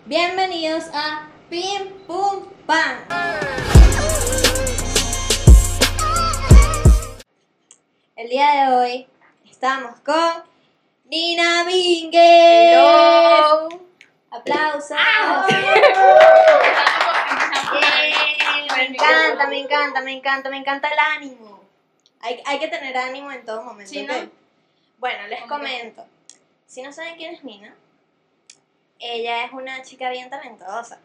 Bienvenidos a Pim Pum Pam. El día de hoy estamos con Nina Mínguez. Hello. Aplausos. Me encanta el ánimo. Hay que tener ánimo en todo momento. Sí, ¿ok? ¿no? Bueno, les comento. Si no saben quién es Nina, ella es una chica bien talentosa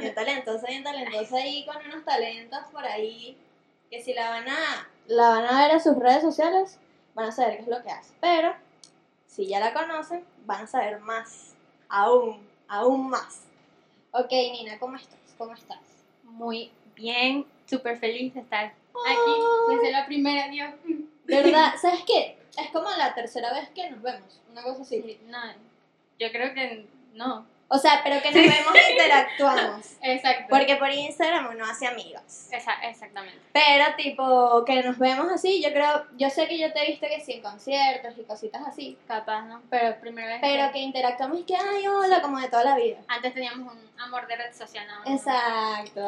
y con unos talentos por ahí que si la van a ver a sus redes sociales, van a saber qué es lo que hace. Pero si ya la conocen, van a saber más, aún más. Ok, Nina, ¿cómo estás? Muy bien, súper feliz de estar aquí desde la primera, Dios. De verdad, ¿sabes qué? Es como la tercera vez que nos vemos, una cosa así. Sí, no, yo creo que no. O sea, pero que nos vemos e interactuamos. Exacto. Porque por Instagram uno hace amigos. Exactamente. Pero tipo, que nos vemos así, yo sé que yo te he visto que sí en conciertos y cositas así. Capaz, ¿no? Pero primera vez. Pero que interactuamos y que, ay, hola, como de toda la vida. Antes teníamos un amor de red social, ¿no? Exacto.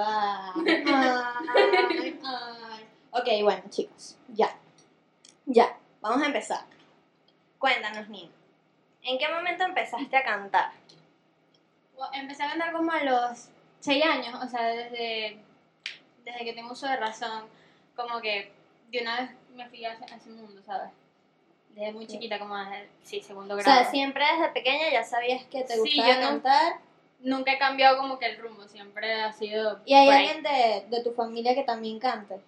Ay. Ok, bueno, chicos, ya. Vamos a empezar. Cuéntanos, Nina. ¿En qué momento empezaste a cantar? Empecé a cantar como a los 6 años, o sea, desde que tengo uso de razón, como que de una vez me fui a ese mundo, ¿sabes? Desde muy chiquita, como desde, segundo O grado. sea, siempre desde pequeña ya sabías que te Sí, gustaba yo no- cantar. Nunca he cambiado como que el rumbo, siempre ha sido ¿Y hay por ahí. alguien de tu familia que también cante?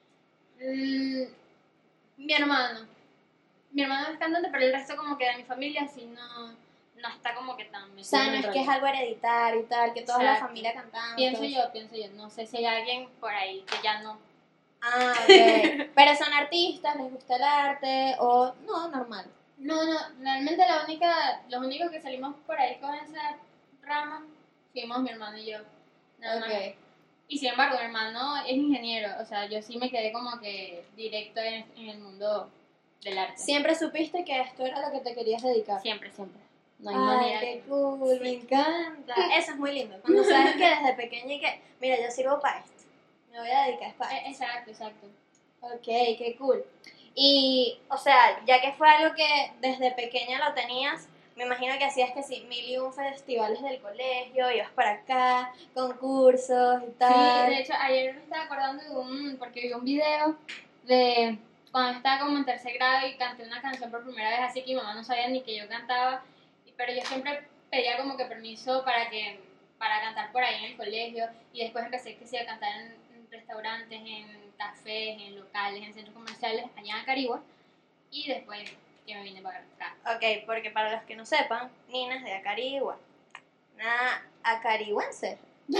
Mi hermano. Mi hermano es cantante, pero el resto como que de mi familia sí no está como que tan O sea, metido no en es el que es rollo. algo hereditario y tal, que toda la Exacto. familia cantamos. Pienso yo, no sé si hay alguien por ahí que ya no. Ah, ok. Pero son artistas, les gusta el arte o no, normal. No, realmente los únicos que salimos por ahí con esa rama fuimos mi hermano y yo. Nada más. Ok. Y sin embargo, mi hermano es ingeniero, o sea, yo sí me quedé como que directo en el mundo del arte. ¿Siempre supiste que esto era lo que te querías dedicar? Siempre. No hay Ay, manera. qué cool, me encanta. Eso es muy lindo. Cuando sabes que desde pequeña y que, mira, yo sirvo para esto. Me voy a dedicar para esto. Exacto. Ok, qué cool. Y, o sea, ya que fue algo que desde pequeña lo tenías, me imagino que hacías que sí, 1001 festivales del colegio, ibas para acá, concursos y Sí, tal. de hecho, ayer me estaba acordando porque vi un video de cuando estaba como en tercer grado y canté una canción por primera vez, así que mi mamá no sabía ni que yo cantaba, pero yo siempre pedía como que permiso para cantar por ahí en el colegio, y después empecé que sí a cantar en restaurantes, en cafés, en locales, en centros comerciales, allá en Acarigua, y después que me vine para acá. Ok, porque para los que no sepan, Nina es de Acarigua. Una acarigüense.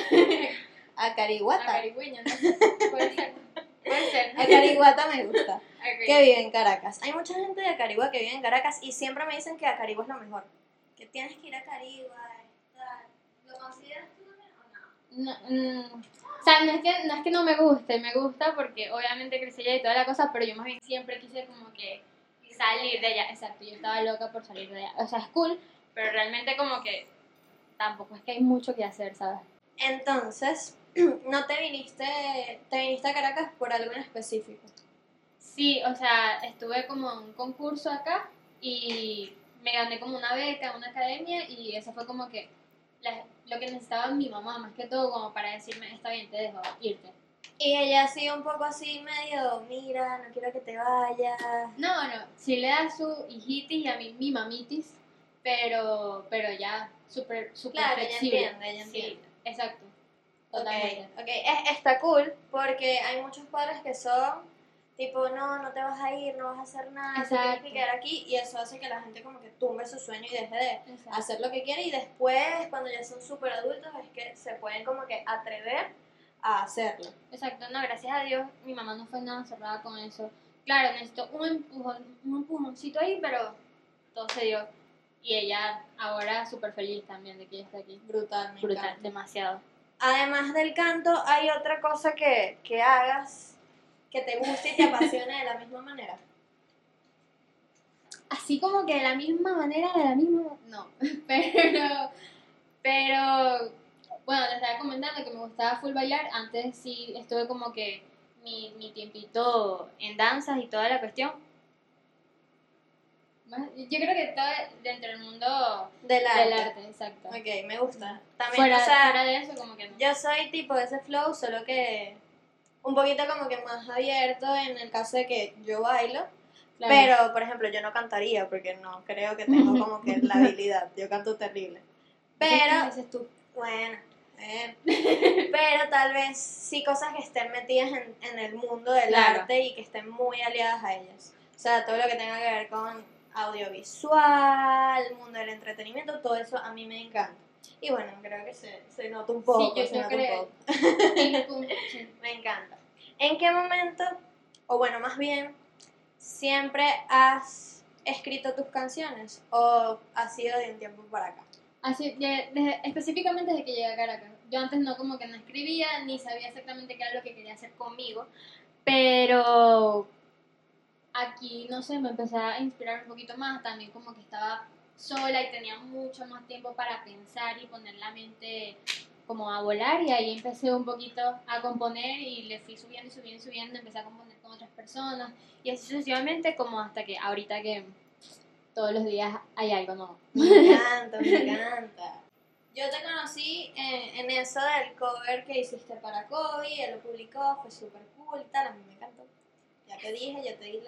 Acariguata. Acarigüeña, no sé, puede ser. Acariguata me gusta. Ok. Que vive en Caracas. Hay mucha gente de Acarigua que vive en Caracas y siempre me dicen que Acarigua es lo mejor. Que tienes que ir a Acarigua. Tal. ¿Lo consideras tú también o no? O sea, no es que no me guste, me gusta porque obviamente crecí allá y toda la cosa, pero yo más bien siempre quise como que salir de allá. Exacto, yo estaba loca por salir de allá. O sea, es cool, pero realmente como que tampoco es que hay mucho que hacer, ¿sabes? Entonces, ¿no te viniste a Caracas por algo en específico? Sí, o sea, estuve como en un concurso acá y me gané como una beca en una academia y eso fue como que lo que necesitaba mi mamá, más que todo como para decirme, está bien, te dejo irte. Y ella ha sido un poco así medio, mira, no quiero que te vayas. No, sí le da su hijitis y a mí mi mamitis, pero ya súper Claro, flexible. ella entiende. Sí, exacto. Totalmente. Ok. Está cool porque hay muchos padres que son tipo, no te vas a ir, no vas a hacer nada, te tienes Exacto. que quedar aquí y eso hace que la gente como que tumbe su sueño y deje de Exacto. hacer lo que quiere y después cuando ya son súper adultos es que se pueden como que atrever a hacerlo. Exacto, no, gracias a Dios mi mamá no fue nada cerrada con eso. Claro, necesito un empujoncito ahí, pero todo se dio. Y ella ahora súper feliz también de que ella esté aquí. Brutal, me Brutal, encanta. demasiado. Además del canto, ¿hay otra cosa que hagas que te guste y te apasione de la misma manera? Así como que de la misma manera, no, pero Pero, bueno, te estaba comentando que me gustaba full bailar. Antes sí estuve como que mi tiempito en danzas y toda la cuestión. Yo creo que todo dentro del mundo Del del arte. arte, exacto. Ok, me gusta. También, Fuera, o sea, fuera de eso, como que no. yo soy tipo de ese flow, solo que un poquito como que más abierto en el caso de que yo bailo. Claro. Pero, por ejemplo, yo no cantaría porque no creo que tengo como que la habilidad. Yo canto terrible. Pero, Dices tú. bueno, pero tal vez sí cosas que estén metidas en el mundo del Claro. arte y que estén muy aliadas a ellas. O sea, todo lo que tenga que ver con audiovisual, el mundo del entretenimiento, todo eso a mí me encanta. Y bueno, creo que se nota un poco. Sí, se yo nota creo. un poco. Sí. Me encanta. ¿En qué momento, o bueno, más bien, siempre has escrito tus canciones o ha sido de un tiempo para acá? Así, específicamente desde que llegué a Caracas. Yo antes no como que no escribía, ni sabía exactamente qué era lo que quería hacer conmigo, pero aquí, no sé, me empecé a inspirar un poquito más, también como que estaba sola y tenía mucho más tiempo para pensar y poner la mente como a volar y ahí empecé un poquito a componer y le fui subiendo y subiendo y subiendo, empecé a componer con otras personas y así sucesivamente como hasta que ahorita que todos los días hay algo nuevo. Me encanta, me encanta. Yo te conocí en eso del cover que hiciste para Kobe, él lo publicó, fue súper cool, tal, a mí me encantó. Ya te dije, ya te di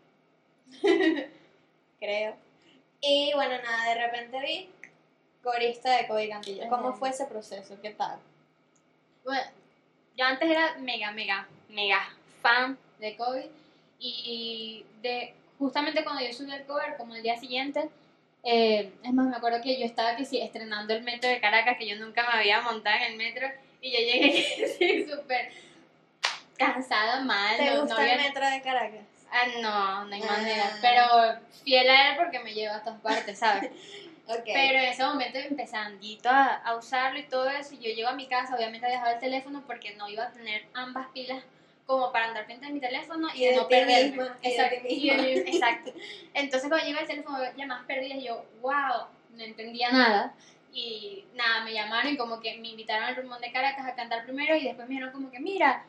like, creo. Y bueno, nada, de repente vi corista de Kobe Cantillo. ¿Cómo fue ese proceso? ¿Qué tal? Bueno, yo antes era mega fan de Kobe y de justamente cuando yo subí el cover, como el día siguiente, es más, me acuerdo que yo estaba que sí, estrenando el metro de Caracas, que yo nunca me había montado en el metro y yo llegué sí, súper cansada, mal. ¿Te no gusta había... el metro de Caracas? no hay manera, pero fiel a él porque me lleva a todas partes, ¿sabes? Okay. Pero en ese momento empezandito a usarlo y todo eso, y yo llego a mi casa, obviamente dejaba el teléfono porque no iba a tener ambas pilas como para andar frente a mi teléfono y de no perderme. Misma, Exacto. Entonces cuando llego al teléfono, llamadas perdidas, y yo, wow, no entendía nada. Y nada, me llamaron y como que me invitaron al Rumón de Caracas a cantar primero y después me dijeron como que, mira,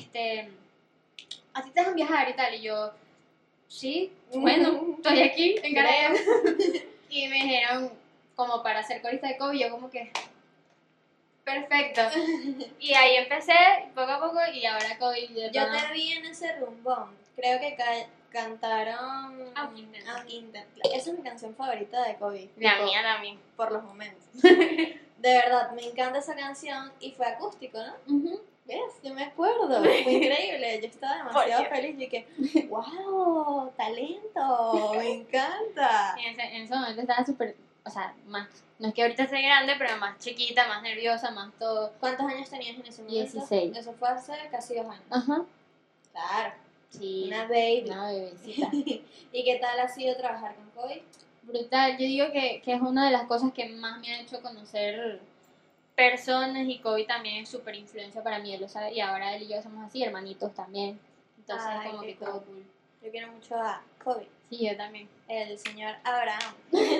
a ti te dejan viajar y tal. Y yo, sí, bueno, estoy aquí en Caracas. Y me dijeron como para ser corista de Kobe, y yo como que perfecto. Y ahí empecé poco a poco y ahora Kobe Yo te vi en ese rumbón. Creo que cantaron Aunque Esa es mi canción favorita de Kobe. la tipo, mía también. por los momentos. De verdad, me encanta esa canción y fue acústico, ¿no? ¿Ves? Yo me acuerdo. Fue increíble. Yo estaba demasiado feliz y que, wow, talento, me encanta. Y en ese momento estaba súper, o sea, más, no es que ahorita esté grande, pero más chiquita, más nerviosa, más todo. ¿Cuántos años tenías en ese momento? 16. Eso fue hace casi 2 años. Ajá. Claro. Sí. Una baby. Una bebecita. ¿Y qué tal ha sido trabajar con Kobe? Brutal. Yo digo que es una de las cosas que más me ha hecho conocer personas y Kobe también es súper influencia para mí, él lo sabe, y ahora él y yo somos así, hermanitos también. Entonces, Ay, como qué que todo cool. cool. Yo quiero mucho a Kobe. Sí, yo también. El señor Abraham.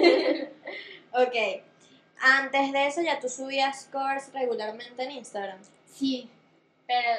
Ok. Antes de eso ya tú subías scores regularmente en Instagram. Sí, pero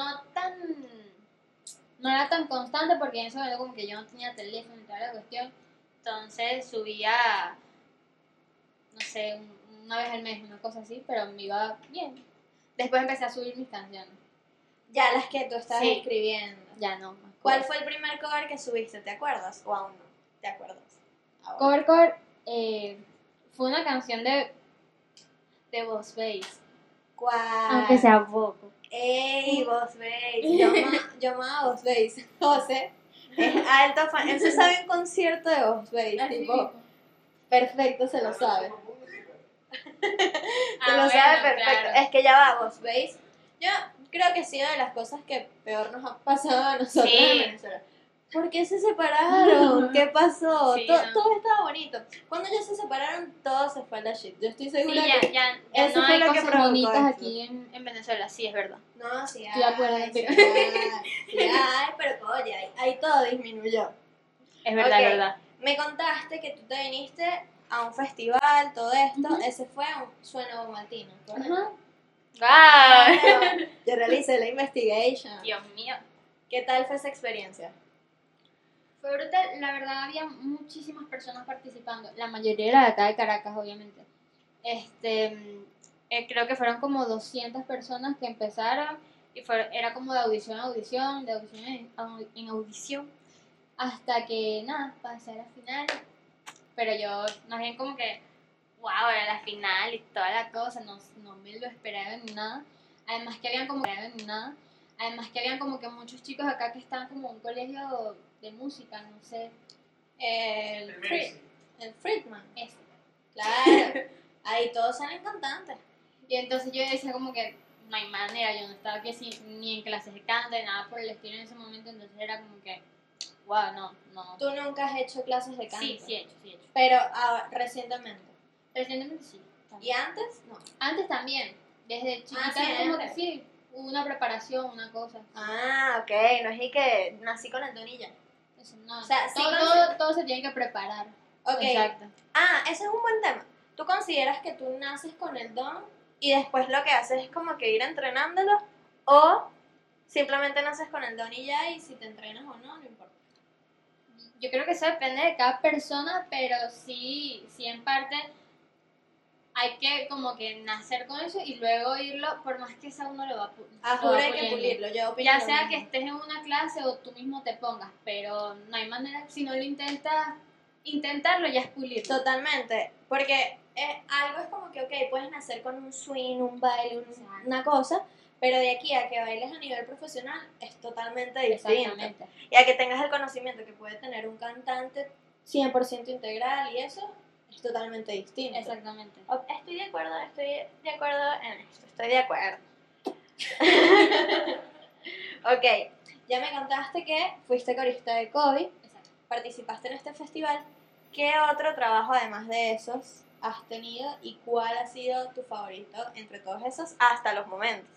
no era tan constante porque en ese momento como que yo no tenía teléfono y toda la cuestión. Entonces subía, no sé, una vez al mes, una cosa así, pero me iba bien. Después empecé a subir mis canciones. Ya las que tú estabas Sí. escribiendo. Ya no, más ¿Cuál covers. fue el primer cover que subiste? ¿Te acuerdas? ¿O aún no? ¿Te acuerdas? Cover, fue una canción de Boss Bass. ¿Cuál? Aunque sea poco. ¡Ey, Boss Bass! Yo amaba Boss Bass. José es alto fan. Él se sabe un concierto de Boss Bass. Tipo, perfecto, se lo sabe. Se lo sabe perfecto. Claro. Es que ya va, Boss Bass. Yo creo que ha sido de las cosas que peor nos ha pasado a nosotros en Venezuela. ¿Por qué se separaron? ¿Qué pasó? Sí, todo estaba bonito. Cuando ellos se separaron, todo se fue a la shit. Yo estoy Sí, segura que ya eso no fue hay lo que cosas provocó bonitas esto. aquí en Venezuela, sí, es verdad. No, sí Estoy de acuerdo, hay, pero- sí hay, pero oye, ahí todo disminuyó. Es verdad, Ok. es verdad. Me contaste que tú te viniste a un festival, todo esto, Ujú. ese fue un Suena Bomaltino, ¿correcto? Ajá. Claro, yo realicé la investigation. Dios mío. ¿Qué tal fue esa experiencia? Fue brutal, la verdad había muchísimas personas participando, la mayoría era de acá de Caracas, obviamente. Creo que fueron como 200 personas que empezaron y era como de audición a audición, de audición en audición, hasta que nada, pasé a la final. Pero yo, más bien como que, wow, era la final y toda la cosa, no me lo esperaba ni nada. Además que habían como que muchos chicos acá que estaban como en un colegio de música, no sé. El Friedman. Eso. Claro, ahí todos salen cantantes. Y entonces yo decía como que no hay manera, yo no estaba aquí así, ni en clases de canto, ni nada por el estilo en ese momento, entonces era como que, wow, no. Tú nunca has hecho clases de canto. Sí he hecho. Pero recientemente. Recientemente sí. ¿Y También. antes? No. Antes también, desde chiquita siempre. como que sí, hubo una preparación, una cosa. Ah, ok, no es que nací con el don y ya. Eso, no, O sea, sí todo se tiene que preparar. Ok. Exacto. Ah, ese es un buen tema. ¿Tú consideras que tú naces con el don y después lo que haces es como que ir entrenándolo? ¿O simplemente naces con el don y ya y si te entrenas o no, no importa? Yo creo que eso depende de cada persona, pero sí en parte hay que como que nacer con eso y luego irlo, por más que sea uno lo va A lo juro va hay que puliendo. pulirlo, yo opino Ya lo sea mismo. que estés en una clase o tú mismo te pongas, pero no hay manera, si no lo intentas, intentarlo ya es pulirlo. Totalmente, porque algo es como que, ok, puedes nacer con un swing, un baile, Exacto. una cosa, pero de aquí a que bailes a nivel profesional es totalmente distinto. Exactamente. Y a que tengas el conocimiento que puede tener un cantante 100% integral y eso es totalmente distinto. Exactamente. Estoy de acuerdo en esto, estoy de acuerdo. Ok, ya me contaste que fuiste corista de COVID, Exacto. participaste en este festival. ¿Qué otro trabajo además de esos has tenido y cuál ha sido tu favorito entre todos esos hasta los momentos?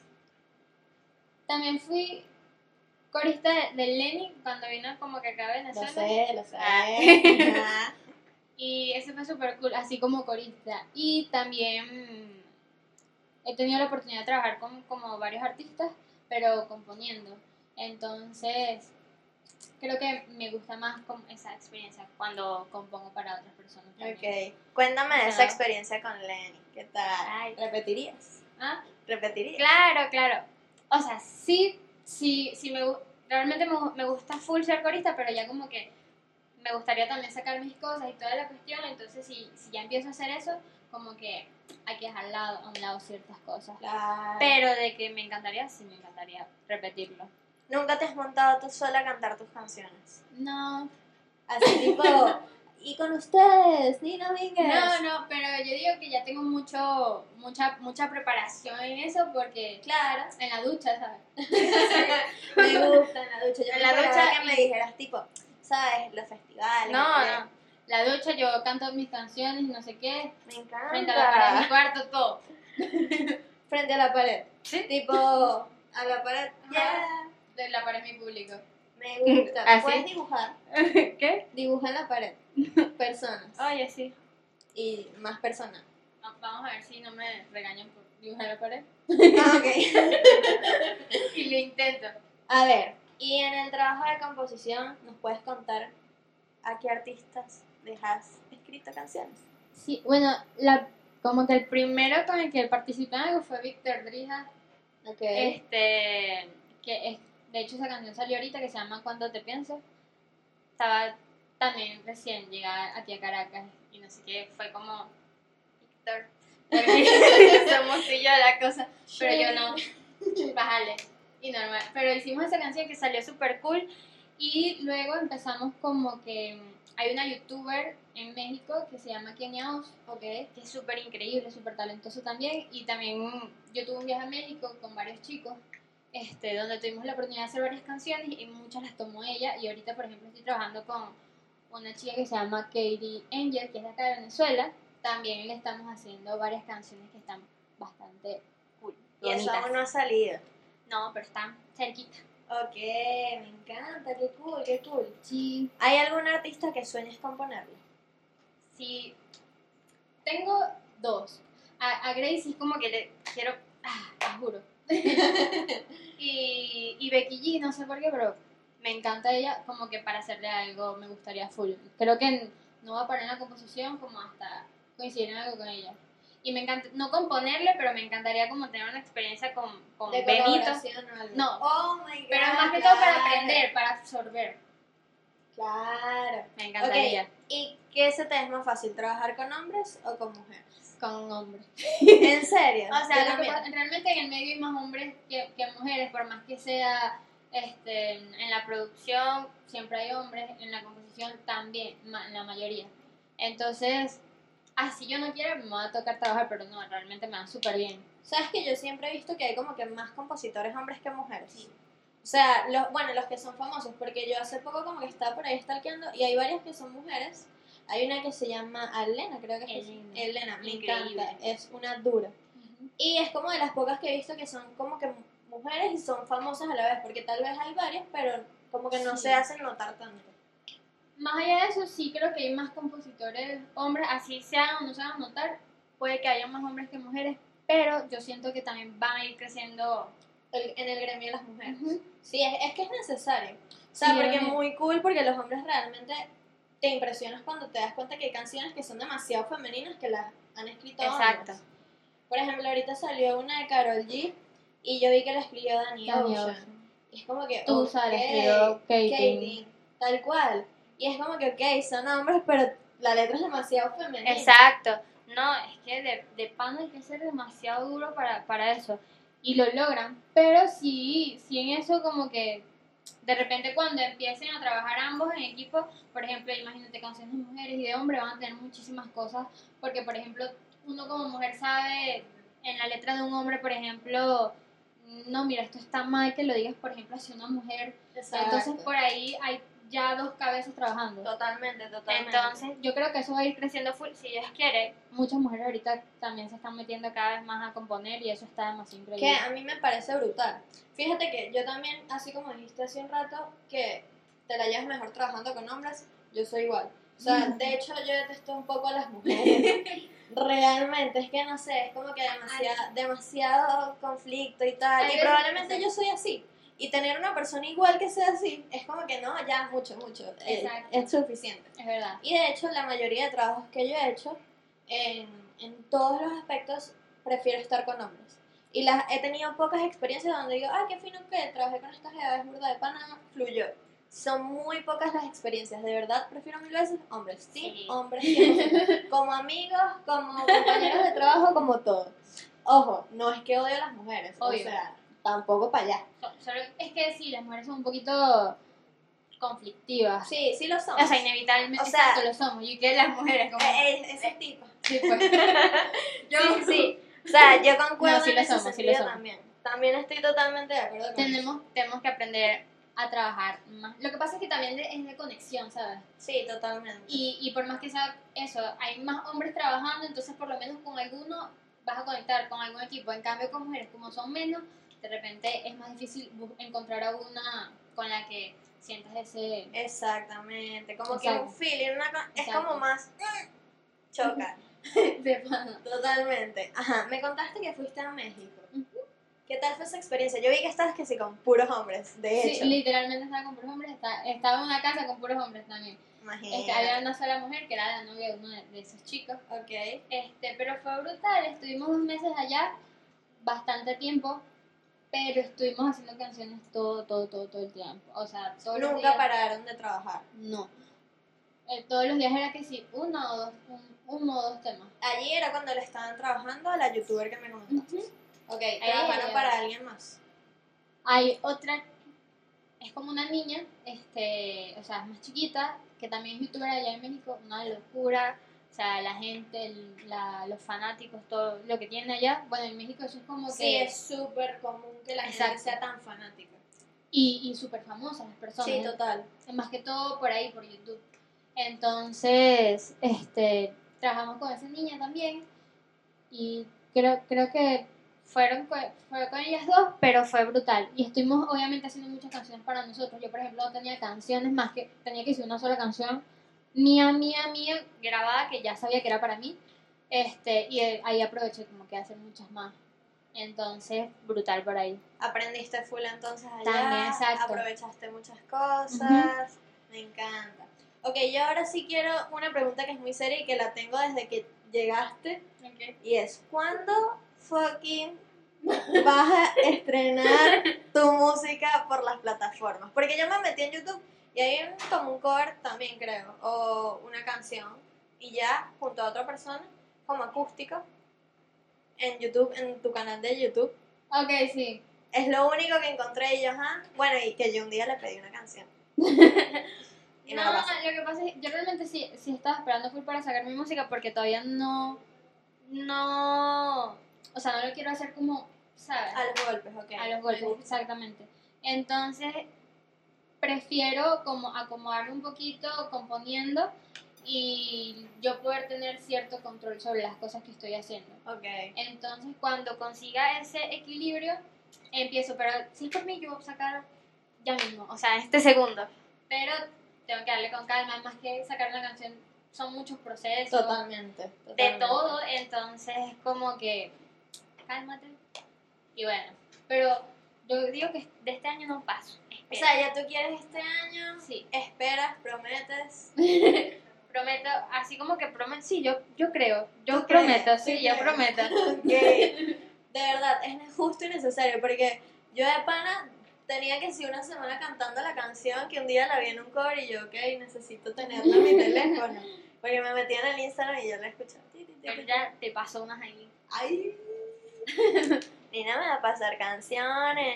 También fui corista de Lenny cuando vino como que acá a Lo Venezuela. sé. Ah. Ajá. Y eso fue súper cool, así como corista. Y también he tenido la oportunidad de trabajar con como varios artistas, pero componiendo. Entonces, creo que me gusta más esa experiencia cuando compongo para otras personas también. Ok, cuéntame de esa Ajá. experiencia con Lenny. ¿Qué tal? Ay. ¿Repetirías? ¿Ah? ¿Repetirías? Claro. O sea, sí, realmente me gusta full ser corista, pero ya como que me gustaría también sacar mis cosas y toda la cuestión, entonces si ya empiezo a hacer eso, como que hay que dejar a un lado ciertas cosas. Claro. Pero de que me encantaría repetirlo. ¿Nunca te has montado tú sola a cantar tus canciones? No, Así tipo, y con ustedes, Nina Mínguez. no, pero yo digo que ya tengo mucha preparación en eso porque, Claro. en la ducha, ¿sabes? Me gusta en la ducha. Yo En me la esperaba ducha que me y- dijeras tipo, ¿sabes? Los festivales. No. La ducha yo canto mis canciones y no sé qué, Me encanta. frente a la pared de mi cuarto, todo. Frente a la pared. ¿Sí? Tipo, a la pared. Ajá. Yeah. De la pared de mi público. Me gusta. ¿Así? Puedes dibujar. ¿Qué? Dibuja en la pared. Personas. Oye, sí. Y más personas. Vamos a ver si no me regañan por dibujar la pared. Ah, ok. Y lo intento. A ver, y en el trabajo de composición, ¿nos puedes contar a qué artistas les has escrito canciones? Sí, bueno, como que el primero con el que participé en algo fue Víctor Drija. Ok. De hecho esa canción salió ahorita que se llama Cuando te pienso. Estaba también recién llegada aquí a Caracas y no sé qué, fue como Víctor. Somos tú y yo la cosa, pero yo no. Bájale. Y normal. Pero hicimos esa canción que salió súper cool. Y luego empezamos como que hay una youtuber en México que se llama Kenia Oz, que es súper increíble, súper talentoso también. Y también yo tuve un viaje a México con varios chicos, donde tuvimos la oportunidad de hacer varias canciones y muchas las tomó ella. Y ahorita, por ejemplo, estoy trabajando con una chica que se llama Katie Angel, que es de acá de Venezuela. También le estamos haciendo varias canciones que están bastante cool. Y eso bonitas. aún no ha salido. No, pero están cerquita. Ok, me encanta, qué cool, qué cool. Sí, ¿Hay algún artista que sueñes con ponerlo? sí. tengo dos. A Grace es como que le quiero, te juro. y Becky G, no sé por qué, pero me encanta ella, como que para hacerle algo me gustaría full. Creo que no va a parar en la composición como hasta coincidir en algo con ella. Y me encanta, no componerle, pero me encantaría como tener una experiencia con De Benito. colaboración o algo. No, Oh my God, pero más que todo para aprender, para absorber. Claro. Me encantaría. Ok, ¿y qué se te es más fácil, trabajar con hombres o con mujeres? Con un hombre. ¿En serio? O sea, Yo lo que también. pasa, realmente en el medio hay más hombres que mujeres, por más que sea en la producción, siempre hay hombres, en la composición también, la mayoría. Entonces, así yo no quiero, me va a tocar trabajar, pero no, realmente me va súper bien. ¿Sabes que yo siempre he visto que hay como que más compositores hombres que mujeres? Sí. O sea, los que son famosos, porque yo hace poco como que estaba por ahí stalkeando y hay varias que son mujeres. Hay una que se llama Elena, creo que es Elena, me Increíble. encanta, es una dura. Y es como de las pocas que he visto que son como que mujeres y son famosas a la vez, porque tal vez hay varias, pero como que no Sí. se hacen notar tanto. Más allá de eso, sí creo que hay más compositores hombres, así se hagan o no se hagan notar, puede que haya más hombres que mujeres, pero yo siento que también van a ir creciendo En el gremio de las mujeres. Ujú. Sí, es que es necesario. O sea, Sí, porque es obvio. muy cool, porque los hombres realmente te impresionas cuando te das cuenta que hay canciones que son demasiado femeninas que las han escrito Exacto. hombres. Por ejemplo, ahorita salió una de Karol G y yo vi que la escribió Danny Ocean. Y es como que, Tú ok, sabes, escribió Katie. Katie, tal cual. Y es como que, ok, son hombres, pero la letra es demasiado femenina. Exacto. No, es que de pan hay que ser demasiado duro para eso. Y lo logran. Pero sí en eso como que de repente cuando empiecen a trabajar ambos en equipo, por ejemplo, imagínate canciones de mujeres y de hombres van a tener muchísimas cosas. Porque, por ejemplo, uno como mujer sabe en la letra de un hombre, por ejemplo, no, mira, esto está mal que lo digas, por ejemplo, hacia una mujer. Exacto. Entonces por ahí hay ya dos cabezas trabajando. Totalmente. Entonces, yo creo que eso va a ir creciendo full. Si Dios quiere, muchas mujeres ahorita también se están metiendo cada vez más a componer y eso está demasiado increíble. Que a mí me parece brutal. Fíjate que yo también, así como dijiste hace un rato, que te la llevas mejor trabajando con hombres, yo soy igual. O sea, de hecho yo detesto un poco a las mujeres. Realmente, es que no sé, es como que demasiado conflicto y tal. Hay Y veces- probablemente yo soy así. Y tener una persona igual que sea así, es como que no, ya, mucho. Exacto. Es suficiente. Es verdad. Y de hecho, la mayoría de trabajos que yo he hecho, en todos los aspectos, prefiero estar con hombres. Y he tenido pocas experiencias donde digo, ay, qué fino que trabajé con esta jeva, es burda de pana, fluyó. Son muy pocas las experiencias, de verdad prefiero mil veces hombres, sí. Hombres 100%. Como amigos, como compañeros de trabajo, como todo. Ojo, no es que odio a las mujeres, Obvio. o sea, tampoco para allá. Solo es que sí, las mujeres son un poquito conflictivas. Sí, sí lo son. O sea, inevitablemente, O sea, exacto, lo somos. Y que las mujeres como... Ese tipo. Sí, pues. Sí. O sea, yo concuerdo No, sí en lo ese somos, sí sentido lo somos. también. También estoy totalmente de acuerdo con eso. Tenemos que aprender a trabajar más. Lo que pasa es que también es de conexión, ¿sabes? Sí, totalmente. Y por más que sea eso, hay más hombres trabajando, entonces por lo menos con alguno vas a conectar con algún equipo. En cambio, con mujeres, como son menos, de repente es más difícil encontrar a una con la que sientas ese... Exactamente. Como Exacto. que un feeling, es Exacto. como más choca. de pana. Totalmente. Ajá, me contaste que fuiste a México. ¿Qué tal fue esa experiencia? Yo vi que estabas que sí con puros hombres, de hecho. Sí, literalmente estaba con puros hombres, estaba en una casa con puros hombres también. Imagínate. Había una sola mujer que era la novia de uno de esos chicos. Ok. Pero fue brutal, estuvimos 2 meses allá, bastante tiempo, pero estuvimos haciendo canciones todo el tiempo. O sea, todos los Nunca días. pararon de trabajar. No. Todos los días era que sí, uno o dos temas. Allí era cuando le estaban trabajando a la youtuber que me comentaste. Ok, trabajaron Ahí, para alguien más. Hay otra, es como una niña, o sea, es más chiquita, que también es youtuber allá en México, una locura. O sea, la gente, los fanáticos, todo lo que tienen allá. Bueno, en México eso es como Sí, que... es súper común que la gente Exacto. sea tan fanática. Y súper famosas las personas. Sí, total. Más que todo por ahí, por YouTube. Entonces, trabajamos con esa niña también. Y creo que fue con ellas dos, pero fue brutal. Y estuvimos obviamente haciendo muchas canciones para nosotros. Yo, por ejemplo, no tenía canciones más tenía que hacer una sola canción mía, grabada, que ya sabía que era para mí. Y ahí aproveché como que a hacer muchas más. Entonces, brutal por ahí. Aprendiste full entonces allá, También, exacto. aprovechaste muchas cosas, me encanta. Ok, yo ahora sí quiero una pregunta que es muy seria y que la tengo desde que llegaste, Okay. y es, ¿cuándo fucking vas a estrenar tu música por las plataformas? Porque yo me metí en YouTube y hay como un cover también, creo, o una canción, y ya junto a otra persona, como acústico, en YouTube, en tu canal de YouTube. Ok, sí. Es lo único que encontré y yo, ajá. Bueno, y que yo un día le pedí una canción. Y No, me la pasó. lo que pasa es que yo realmente sí estaba esperando full para sacar mi música porque todavía no, o sea, no lo quiero hacer como, ¿sabes? A los golpes, ok. A los golpes, exactamente. Entonces, prefiero como acomodarme un poquito componiendo y yo poder tener cierto control sobre las cosas que estoy haciendo. Ok. Entonces, cuando consiga ese equilibrio, empiezo, pero si es por mí, yo voy a sacar ya mismo, o sea, este segundo. Pero tengo que darle con calma, más que sacar una canción, son muchos procesos. Totalmente. De todo, entonces como que cálmate. Y bueno, pero yo digo que de este año no paso. O sea, ya tú quieres este año, sí. esperas, prometes. Prometo, así como que prometo, sí, yo creo, yo ¿Tú prometo, crees? sí, ¿Tú yo crees? prometo. Ok. De verdad, es justo y necesario, porque yo de pana tenía que ser una semana cantando la canción que un día la vi en un cover y yo, ok, necesito tenerla en mi teléfono. Porque me metí en el Instagram y yo la escuché. Pero ya te pasó unas ahí. Ay. Nina me va a pasar canciones.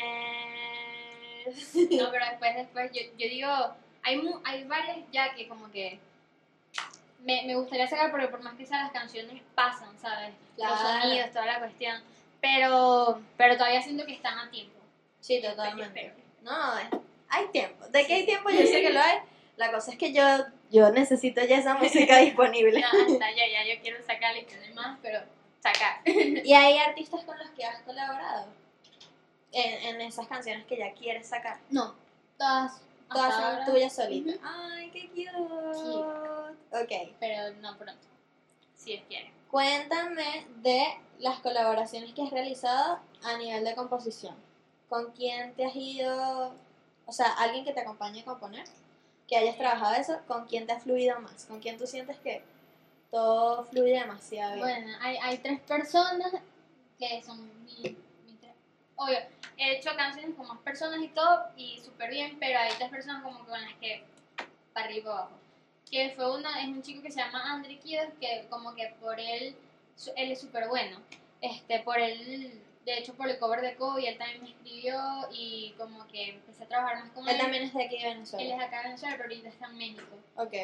No, pero después yo digo, hay varias ya que como que me gustaría sacar, porque por más que sean las canciones pasan, ¿sabes? Claro. Los sonidos, toda la cuestión. Pero todavía siento que están a tiempo. Sí, totalmente. Espero. No, hay tiempo. ¿De qué hay tiempo? Yo sé que lo hay. La cosa es que yo necesito ya esa música disponible. No, hasta yo quiero sacar y tener más, pero sacar. ¿Y hay artistas con los que has colaborado? En esas canciones que ya quieres sacar. No, todas Son ahora, tuyas solitas. Ay, qué cute. Sí. Ok. pero no pronto, si Dios quiere. Cuéntame de las colaboraciones que has realizado a nivel de composición. ¿Con quién te has ido? O sea, alguien que te acompañe a componer, que hayas trabajado eso, ¿con quién te ha fluido más? ¿Con quién tú sientes que todo fluye demasiado bien? Bueno, hay 3 personas que son mi tres. Obvio, he hecho canciones con más personas y todo, y súper bien, pero hay 3 personas como con las que para arriba y para abajo. Que fue es un chico que se llama André Kiedis, que como que por él es súper bueno. Por él, de hecho por el cover de Kobe, él también me escribió y como que empecé a trabajar más con él. Él también es de aquí de Venezuela. Él es acá de Venezuela, pero ahorita está en México. Ok.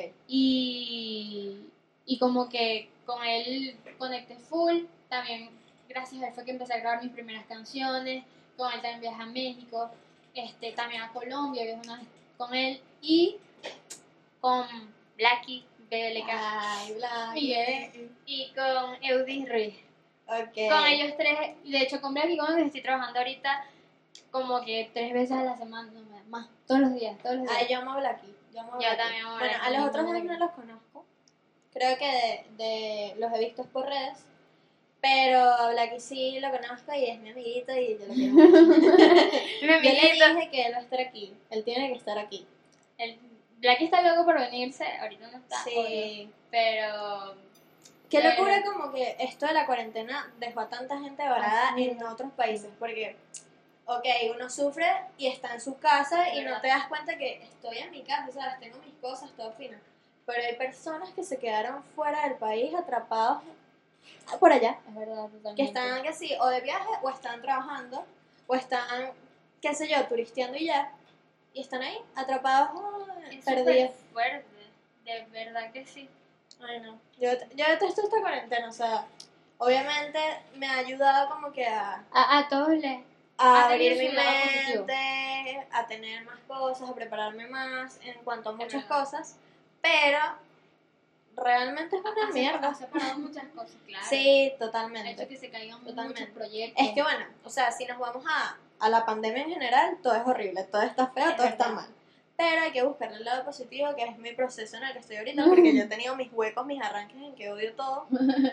Y como que con él conecté full, también gracias a él fue que empecé a grabar mis primeras canciones, con él también viajé a México, también a Colombia, viajé una vez con él, y con Blacky, BLK, Ay, Blacky. y con Eudis Ruiz. Ok. Con ellos 3, y de hecho con Blacky, con el que estoy trabajando ahorita, como que 3 veces a la semana, no más, todos los días. Ay, yo amo Blacky. Yo también amo a Bueno, Blacky, a los me otros encanta dos no Blacky. los conozco. Creo que de los he visto por redes. Pero a Blacky sí lo conozco y es mi amiguito y yo lo quiero mucho. Mi Yo le amiguito. dije que él va a estar aquí. Él tiene que estar aquí. Blacky está loco por venirse, ahorita no está, Sí. obvio, pero... Qué Pero- locura como que esto de la cuarentena dejó a tanta gente varada Así en es. otros países. Porque, ok, uno sufre y está en su casa y no ¿Verdad? te das cuenta que estoy en mi casa, ¿sabes? Tengo mis cosas, todo fino. Pero hay personas que se quedaron fuera del país atrapados por allá. Es verdad, totalmente. Que están que sí, o de viaje, o están trabajando, o están, qué sé yo, turisteando y ya. Y están ahí, atrapados, Es perdidos. súper fuerte, de verdad que sí. Ay, no. Yo detesto esta cuarentena, o sea, obviamente me ha ayudado como que A todos les... a Ha tenido abrir mi su lado positivo. mente, a tener más cosas, a prepararme más en cuanto a muchas verdad. cosas, pero realmente es una mierda. Ha separado muchas cosas, claro. Sí, Ha hecho totalmente. que se caigan Totalmente. muchos proyectos. Es que bueno, o sea, si nos vamos a la pandemia en general, todo es horrible, todo está feo, Es todo está verdad. mal. Pero hay que buscarle el lado positivo, que es mi proceso en el que estoy ahorita, porque yo he tenido mis huecos, mis arranques en que odio todo.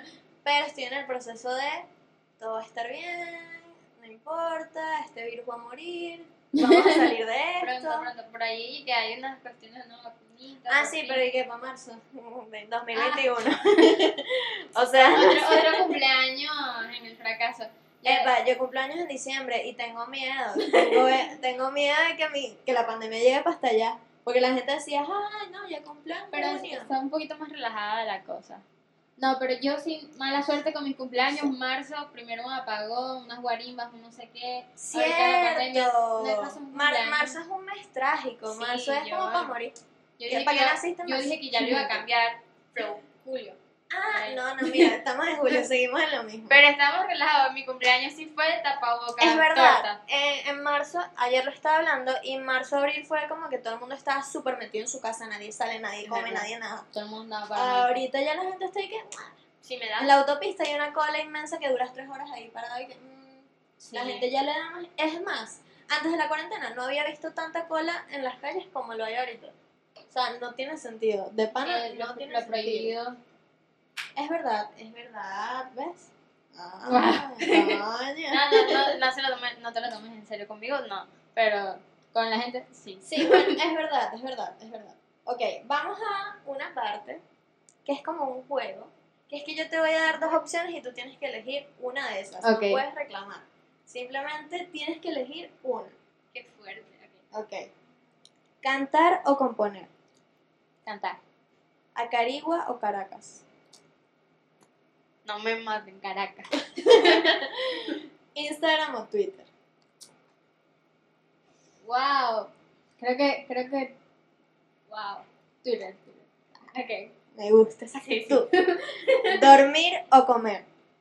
pero estoy en el proceso de todo va a estar bien, no importa, este virus va a morir, vamos a salir de esto. Pronto, por ahí que hay unas cuestiones de una vacunita. Ah, por sí, fin. pero ¿y qué? Para marzo del 2021. O sea, Otro cumpleaños en el fracaso. epa, yo cumplo años en diciembre y tengo miedo. Tengo miedo de que la pandemia llegue para hasta allá. Porque la gente decía, ay, no, ya cumplo en Pero junio. está un poquito más relajada la cosa. No, pero yo sin mala suerte con mis cumpleaños, marzo, primero un apagón, unas guarimbas, un no sé qué. Ahorita la pandemia, me Cierto. pasó un cumpleaños. Marzo es un mes trágico. Sí, Marzo es como para morir. Yo dije, ¿Para qué naciste en yo marzo? dije que ya lo iba a cambiar, pero julio. Ah, no, mira, estamos en julio, seguimos en lo mismo. Pero estamos relajados, mi cumpleaños sí fue tapabocas, Es verdad, torta. en marzo, ayer lo estaba hablando, y marzo, abril fue como que todo el mundo estaba súper metido en su casa, nadie sale, nadie Es come, verdad. nadie nada. Todo el mundo andaba para Ahorita ya la gente está ahí que, sí, me da. en la autopista hay una cola inmensa que duras 3 horas ahí parada y que, Sí. la gente ya le da más. Es más, antes de la cuarentena no había visto tanta cola en las calles como lo hay ahorita. O sea, no tiene sentido. De pana, no tiene lo sentido. prohibido. Es verdad, ¿ves? Guau. Coño. No te lo tomes en serio conmigo, no. Pero con la gente, sí. Sí, bueno, es verdad. Ok, vamos a una parte que es como un juego, que es que yo te voy a dar 2 opciones y tú tienes que elegir una de esas. Ok. No puedes reclamar. Simplemente tienes que elegir una. Qué fuerte. Ok. Cantar o componer. Cantar. Acarigua o Caracas. No me maten, Caracas. Instagram o Twitter. Wow. Creo que. Wow. Twitter. Ok. Me gusta esa Sí, actitud. Dormir o comer.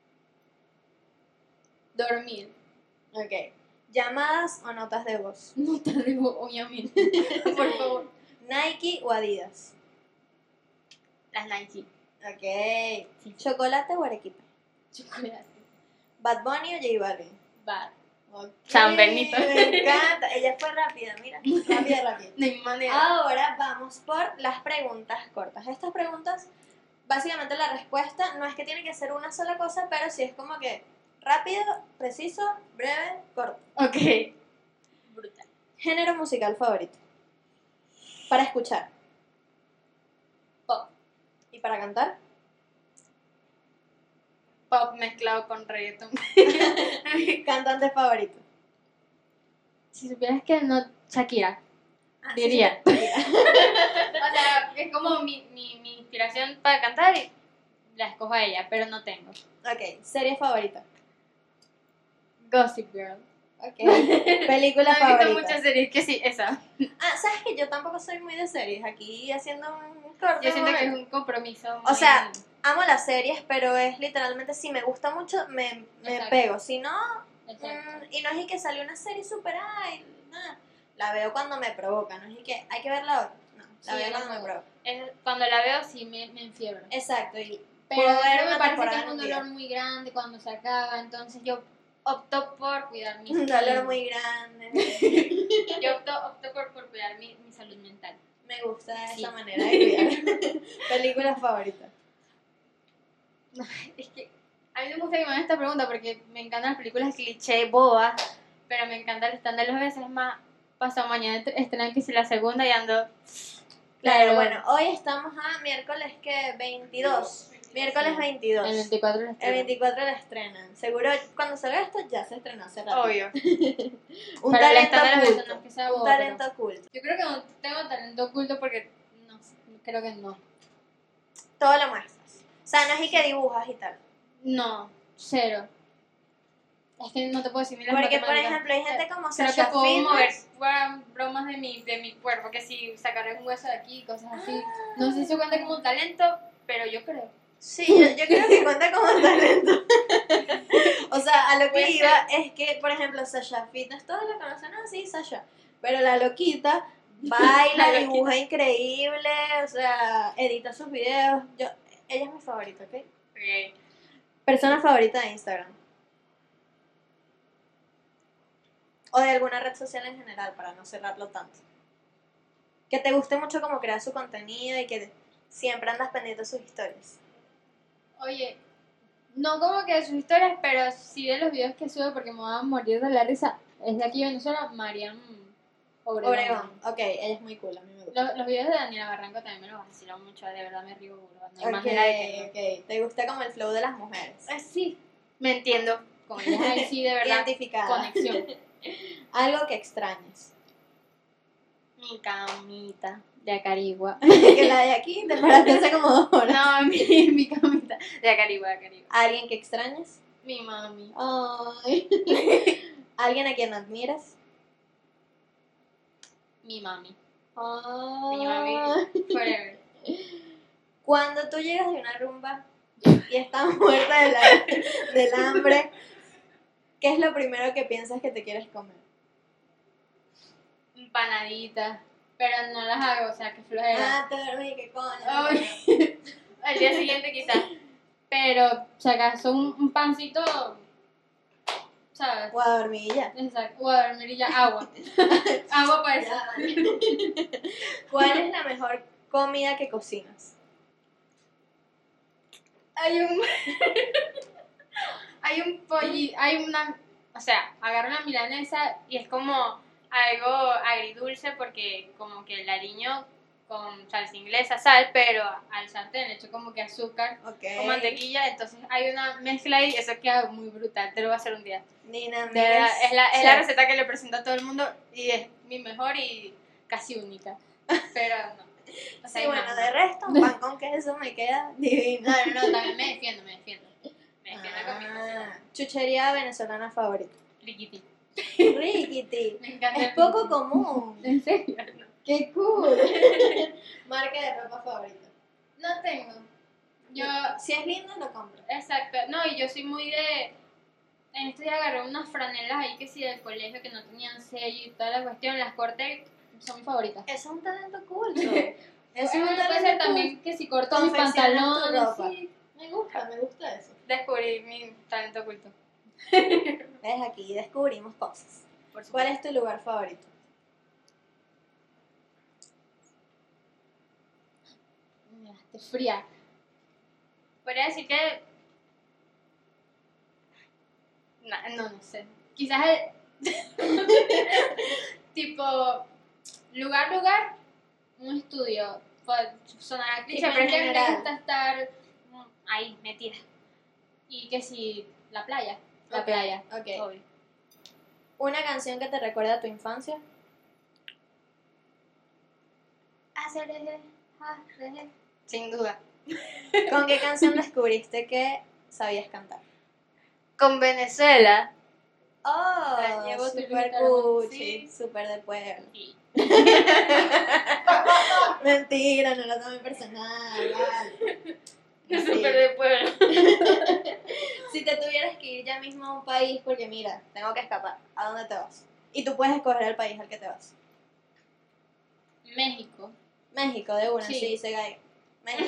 Dormir. Ok. Llamadas o notas de voz. No te digo, obviamente. Por favor. Nike o Adidas. Las Nike. Ok. Sí. Chocolate o arequipe. Chocolate. Bad Bunny o J Balvin. Bad. Ok, San Benito. Me encanta. Ella fue rápida, mira. Rápida. No hay manera. Ahora vamos por las preguntas cortas. Estas preguntas, básicamente la respuesta no es que tiene que ser una sola cosa, pero sí es como que rápido, preciso, breve, corto. Ok. Brutal. Género musical favorito. Para escuchar. Pop. ¿Y para cantar? Pop mezclado con reggaeton. Cantante favorito. Si supieras que no, Shakira. Ah, Diría. sí. O sea, es como mi inspiración para cantar y la escojo a ella, pero no tengo. Ok, serie favorita. Gossip Girl. Ok. Película No he visto favorita. muchas series que sí, esa. Ah, ¿sabes que yo tampoco soy muy de series? Aquí haciendo un corte. Yo siento que es momento. un compromiso. O sea, amo las series, pero es literalmente si me gusta mucho, me Exacto. pego. Si no, Exacto. y no es y que salió una serie súper, ay, nada. La veo cuando me provoca, no es y que hay que verla hoy. No, la Sí, veo yo cuando me tampoco. provoca. Cuando la veo sí me enfiebro. Exacto, y Pero puedo ver eso me una parece que temporada es en un un día. dolor muy grande cuando se acaba, entonces yo opto por cuidar mi Un dolor muy grande. Yo opto por cuidar mi salud mental. Me gusta Sí. esa manera de cuidar. Película favorita. Es que a mí no me gusta que me hagan esta pregunta porque me encantan las películas cliché, bobas, pero me encanta el stand de los veces más. Pasado mañana estrenan que si la segunda y ando. Claro, Pero bueno, hoy estamos a miércoles que 22. Miércoles Sí. 22. El 24 la El estrenan. 24 la estrenan. Seguro cuando salga esto ya se estrenó hace rato. Obvio. Un Pero el talento stand de los besos oculto. no es que sea Un bobo, talento oculto. Yo creo que no tengo talento oculto porque no, creo que no. Todo lo muestras. O sea, no es y que dibujas y tal. No, cero. Es que no te puedo decir ni las Porque, por matemáticas. ejemplo, hay gente como Creo que Sasha puedo mover Fitness. bromas de mi cuerpo, que si sacaré un hueso de aquí, cosas así. No sé si eso cuenta como un talento, pero yo creo. Sí, yo creo que cuenta como talento. O sea, a lo que Puede iba es que, por ejemplo, Sasha Fitness, todos la conocen así, Sasha. Pero la loquita baila, La loquita. dibuja increíble, o sea, edita sus videos. Ella es mi favorita, ¿ok? Okay. Persona favorita de Instagram. O de alguna red social en general, para no cerrarlo tanto. Que te guste mucho cómo crea su contenido y que siempre andas pendiente de sus historias. Oye, No como que de sus historias, pero sí de los videos que sube porque me voy a morir de la risa. Es de aquí de Venezuela, Mariam Obregón. Obregón. Ok, ella es muy cool, a mí me gusta. Los videos de Daniela Barranco también me los vacilan mucho, de verdad me río burda. No hay Ok, manera de que no. ok. ¿Te gusta como el flow de las mujeres? Sí, me entiendo. Con ellas ahí sí, de verdad, Identificada. conexión. Algo que extrañes. Mi camita de Acarigua. Que la de aquí te paraste hace como 2 horas. No, mi camita de Acarigua, de Acarigua. ¿Alguien que extrañes? Mi mami. Ay. ¿Alguien a quien admiras? Mi mami. Ay. Mi mami forever. Cuando tú llegas de una rumba y estás muerta del hambre, ¿qué es lo primero que piensas que te quieres comer? Empanaditas. Pero no las hago, o sea, que flojera. Ah, te dormí, qué coño. Ay. Al día siguiente quizás. Pero, si acaso un pancito, ¿sabes? O a dormir y ya. Exacto. O a dormir y ya, agua. Agua para eso. ¿Cuál es la mejor comida que cocinas? Hay un hay una, o sea, agarro una milanesa y es como algo agridulce porque como que el aliño con salsa inglesa, sal, pero al sartén le echo como que azúcar Ok. con mantequilla, entonces hay una mezcla y eso queda muy brutal, te lo voy a hacer un día. Nina, De verdad, es la chef. receta que le presento a todo el mundo y es mi mejor y casi única, pero no. O sea, Sí, bueno, no. de resto, un pan con queso me queda divino. No, también me defiendo. Me defiendo con mi cocina. Chuchería venezolana favorita. Riquiti. Riquiti. Me encanta Es el poco riquiti. común. ¿En serio? ¡Qué cool! Marca de ropa favorita. No tengo. Yo, Si es lindo, lo compro. exacto. No, y yo soy muy de. En estos días agarré unas franelas ahí que sí del colegio que no tenían sello y toda la cuestión, las corté, son mis favoritas. Eso es un talento oculto. Eso Eso es un puede ser talento también que si corto mis Confeccionas tu pantalones. ropa. Sí. Me gusta eso. Descubrí mi talento oculto. ¿Ves? Aquí descubrimos cosas. Por supuesto. ¿Cuál es tu lugar favorito? Me dejaste fría. Podría decir que. No sé. Quizás tipo. Lugar. Un estudio. Sonará cliché, Tipo en pero es que me general. gusta estar ahí, metida. Y que si. La playa. La Ok, playa. ok. Obvio. ¿Una canción que te recuerda a tu infancia? Sin duda. ¿Con qué canción descubriste que sabías cantar? Con Venezuela. Oh, La llevo tu super lujita, hermano. cuchi, Sí. super de pueblo. Sí. Mentira, no lo tomé personal, vale. Sí. Súper de pueblo. Si te tuvieras que ir ya mismo a un país, porque mira, tengo que escapar, ¿a dónde te vas? Y tú puedes escoger el país al que te vas. México. México, de una, Sí. sí, se cae. México.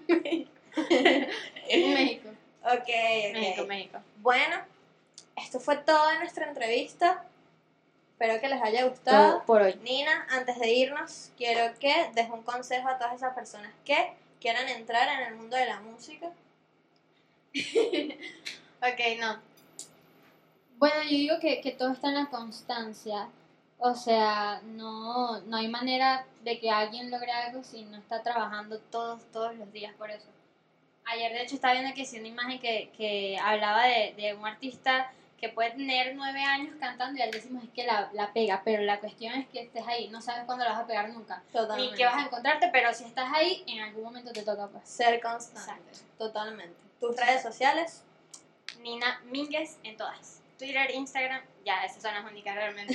México. Ok. México. Bueno, esto fue toda nuestra entrevista. Espero que les haya gustado. Todo por hoy. Nina, antes de irnos, quiero que des un consejo a todas esas personas que quieran entrar en el mundo de la música. Ok, no. Bueno, yo digo que todo está en la constancia. O sea, no hay manera de que alguien logre algo si no está trabajando todos los días por eso. Ayer, de hecho, estaba viendo que sí una imagen que hablaba de un artista que puede tener 9 años cantando y al décimo es que la pega, pero la cuestión es que estés ahí, no sabes cuándo la vas a pegar nunca, Totalmente. ni que vas a encontrarte, pero si estás ahí, en algún momento te toca pues. Ser constante. Exacto. Totalmente. ¿Tus redes sociales? Nina Mínguez en todas. Twitter, Instagram, ya, esas son las únicas realmente.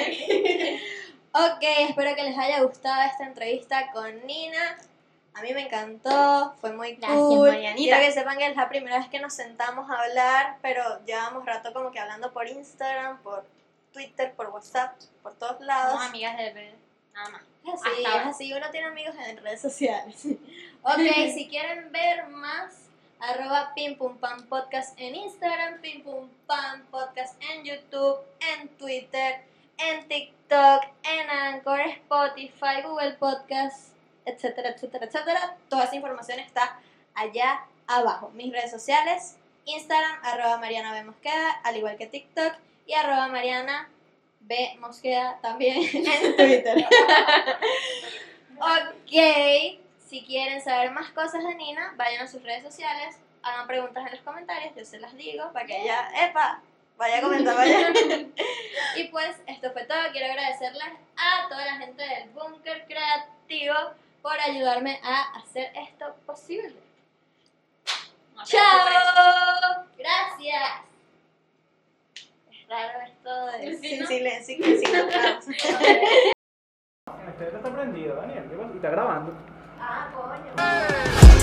Ok, espero que les haya gustado esta entrevista con Nina. A mí me encantó, fue muy Gracias, cool. Marianita. Quiero que sepan que es la primera vez que nos sentamos a hablar, pero llevamos rato como que hablando por Instagram, por Twitter, por WhatsApp, por todos lados. Somos amigas de nada más. Es así, Hasta es ahora. así, uno tiene amigos en redes sociales. Ok, si quieren ver más, @pimpumpam podcast en Instagram, pimpumpam podcast en YouTube, en Twitter, en TikTok, en Anchor, Spotify, Google Podcast, etcétera, etcétera, etcétera. Toda esa información está allá abajo. Mis redes sociales, Instagram, @MarianaBMosqueda, al igual que TikTok, y @MarianaBMosqueda también en Twitter. Ok, si quieren saber más cosas de Nina, vayan a sus redes sociales, hagan preguntas en los comentarios, yo se las digo para que ella, vaya a comentar, vaya. Y pues esto fue todo, quiero agradecerles a toda la gente del Búnker Creativo por ayudarme a hacer esto posible. No te preocupes. ¡Chao! Gracias. Es raro esto de Sí, sin ¿no? silencio y sin aplausos. Este está prendido, Daniel. ¿Qué pasa? Y está grabando. Ah, coño.